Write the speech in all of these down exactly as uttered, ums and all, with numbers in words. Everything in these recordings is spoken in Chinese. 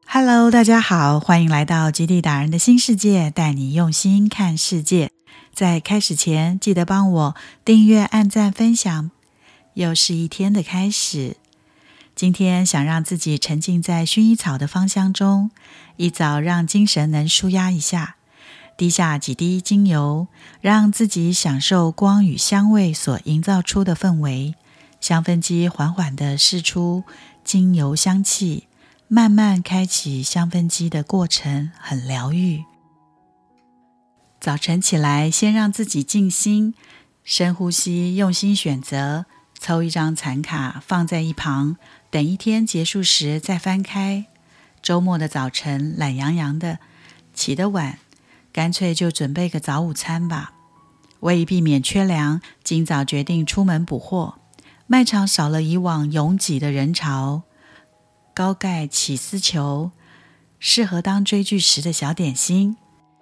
Hello， 大家好，欢迎来到极地达人的新世界，带你用心看世界。在开始前，记得帮我订阅、按赞、分享。又是一天的开始，今天想让自己沉浸在薰衣草的芳香中，一早让精神能舒压一下，滴下几滴精油，让自己享受光与香味所营造出的氛围。香氛机缓缓地释出精油香气，慢慢开启香氛机的过程很疗愈。早晨起来，先让自己静心，深呼吸，用心选择，抽一张残卡放在一旁，等一天结束时再翻开。周末的早晨懒洋洋的，起得晚，干脆就准备个早午餐吧。为避免缺粮，今早决定出门补货。卖场少了以往拥挤的人潮，高盖起司球，适合当追剧时的小点心。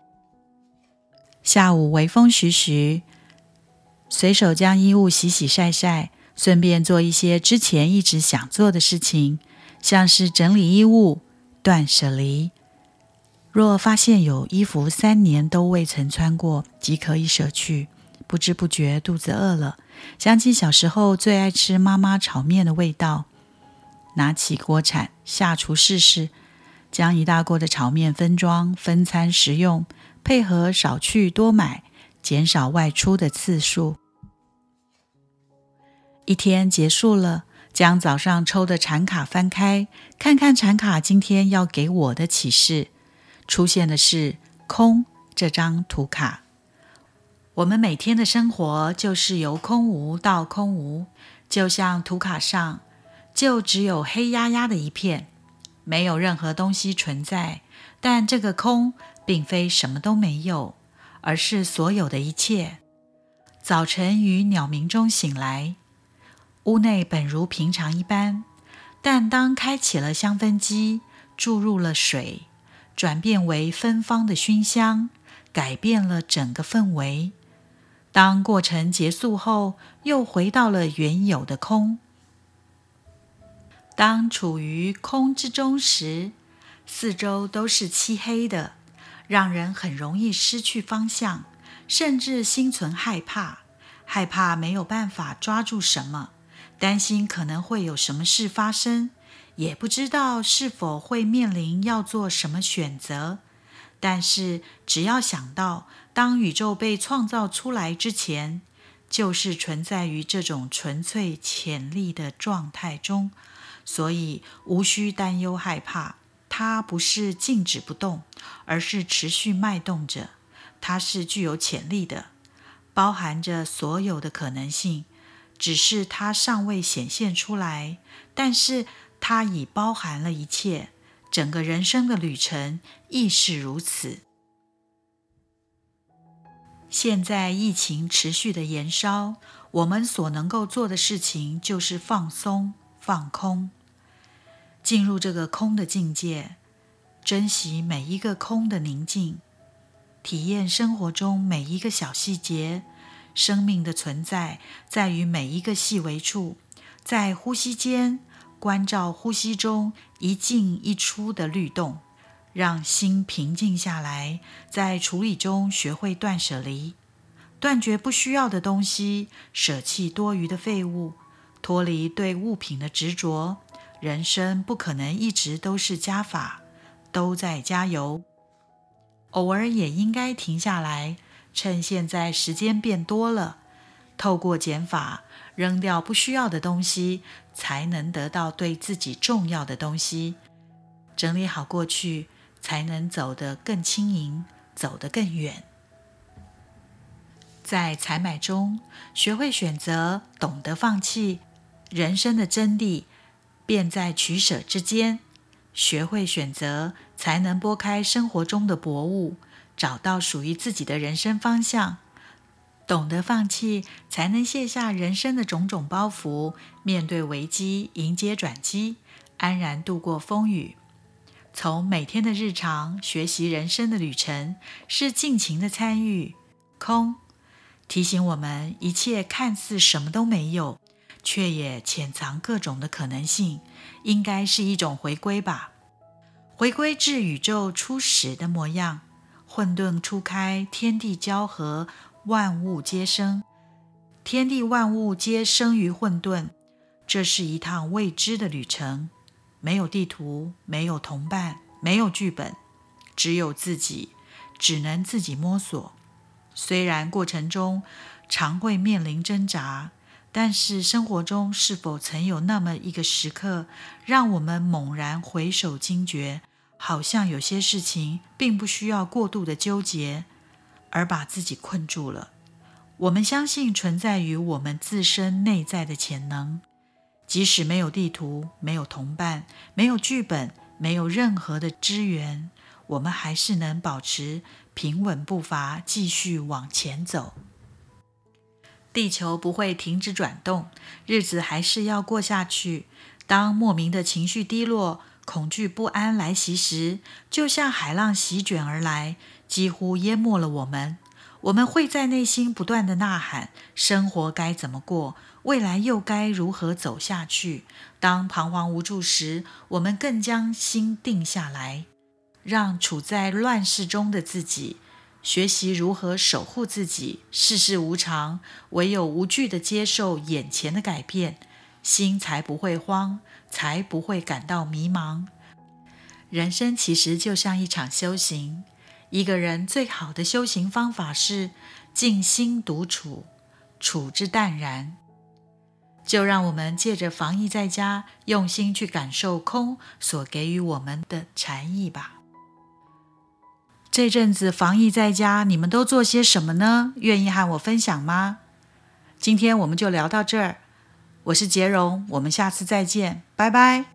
下午微风徐徐，随手将衣物洗洗晒晒，顺便做一些之前一直想做的事情，像是整理衣物、断舍离。若发现有衣服三年都未曾穿过，即可以舍去。不知不觉肚子饿了，想起小时候最爱吃妈妈炒面的味道，拿起锅铲下厨试试，将一大锅的炒面分装分餐食用，配合少去多买，减少外出的次数。一天结束了，将早上抽的禅卡翻开，看看禅卡今天要给我的启示。出现的是空这张图卡。我们每天的生活就是由空无到空无，就像图卡上就只有黑压压的一片，没有任何东西存在。但这个空并非什么都没有，而是所有的一切。早晨于鸟鸣中醒来，屋内本如平常一般，但当开启了香氛机，注入了水，转变为芬芳的熏香，改变了整个氛围。当过程结束后，又回到了原有的空。当处于空之中时，四周都是漆黑的，让人很容易失去方向，甚至心存害怕，害怕没有办法抓住什么，担心可能会有什么事发生，也不知道是否会面临要做什么选择。但是只要想到当宇宙被创造出来之前，就是存在于这种纯粹潜力的状态中，所以无需担忧害怕。它不是静止不动，而是持续脉动着。它是具有潜力的，包含着所有的可能性，只是它尚未显现出来，但是它已包含了一切。整个人生的旅程亦是如此。现在疫情持续的延烧，我们所能够做的事情就是放松、放空，进入这个空的境界，珍惜每一个空的宁静，体验生活中每一个小细节。生命的存在在于每一个细微处，在呼吸间关照呼吸中一进一出的律动，让心平静下来，在处理中学会断舍离，断绝不需要的东西，舍弃多余的废物，脱离对物品的执着。人生不可能一直都是加法，都在加油，偶尔也应该停下来，趁现在时间变多了，透过减法扔掉不需要的东西，才能得到对自己重要的东西。整理好过去，才能走得更轻盈，走得更远。在采买中，学会选择，懂得放弃。人生的真谛便在取舍之间。学会选择，才能拨开生活中的薄雾，找到属于自己的人生方向。懂得放弃，才能卸下人生的种种包袱，面对危机，迎接转机，安然度过风雨。从每天的日常学习人生的旅程，是尽情的参与。空提醒我们，一切看似什么都没有，却也潜藏各种的可能性，应该是一种回归吧。 回归至宇宙初始的模样。混沌初开，天地交合，万物皆生。天地万物皆生于混沌，这是一趟未知的旅程。没有地图，没有同伴，没有剧本，只有自己，只能自己摸索。虽然过程中常会面临挣扎，但是生活中是否曾有那么一个时刻，让我们猛然回首惊觉，好像有些事情并不需要过度的纠结，而把自己困住了。我们相信存在于我们自身内在的潜能，即使没有地图，没有同伴，没有剧本，没有任何的支援，我们还是能保持平稳步伐，继续往前走。地球不会停止转动，日子还是要过下去。当莫名的情绪低落，恐惧不安来袭时，就像海浪席卷而来，几乎淹没了我们。我们会在内心不断的呐喊，生活该怎么过，未来又该如何走下去。当彷徨无助时，我们更将心定下来，让处在乱世中的自己学习如何守护自己。世事无常，唯有无惧地接受眼前的改变，心才不会慌，才不会感到迷茫。人生其实就像一场修行，一个人最好的修行方法是静心独处，处之淡然。就让我们借着防疫在家，用心去感受空所给予我们的禅意吧。这阵子防疫在家，你们都做些什么呢？愿意和我分享吗？今天我们就聊到这儿，我是杰荣，我们下次再见，拜拜。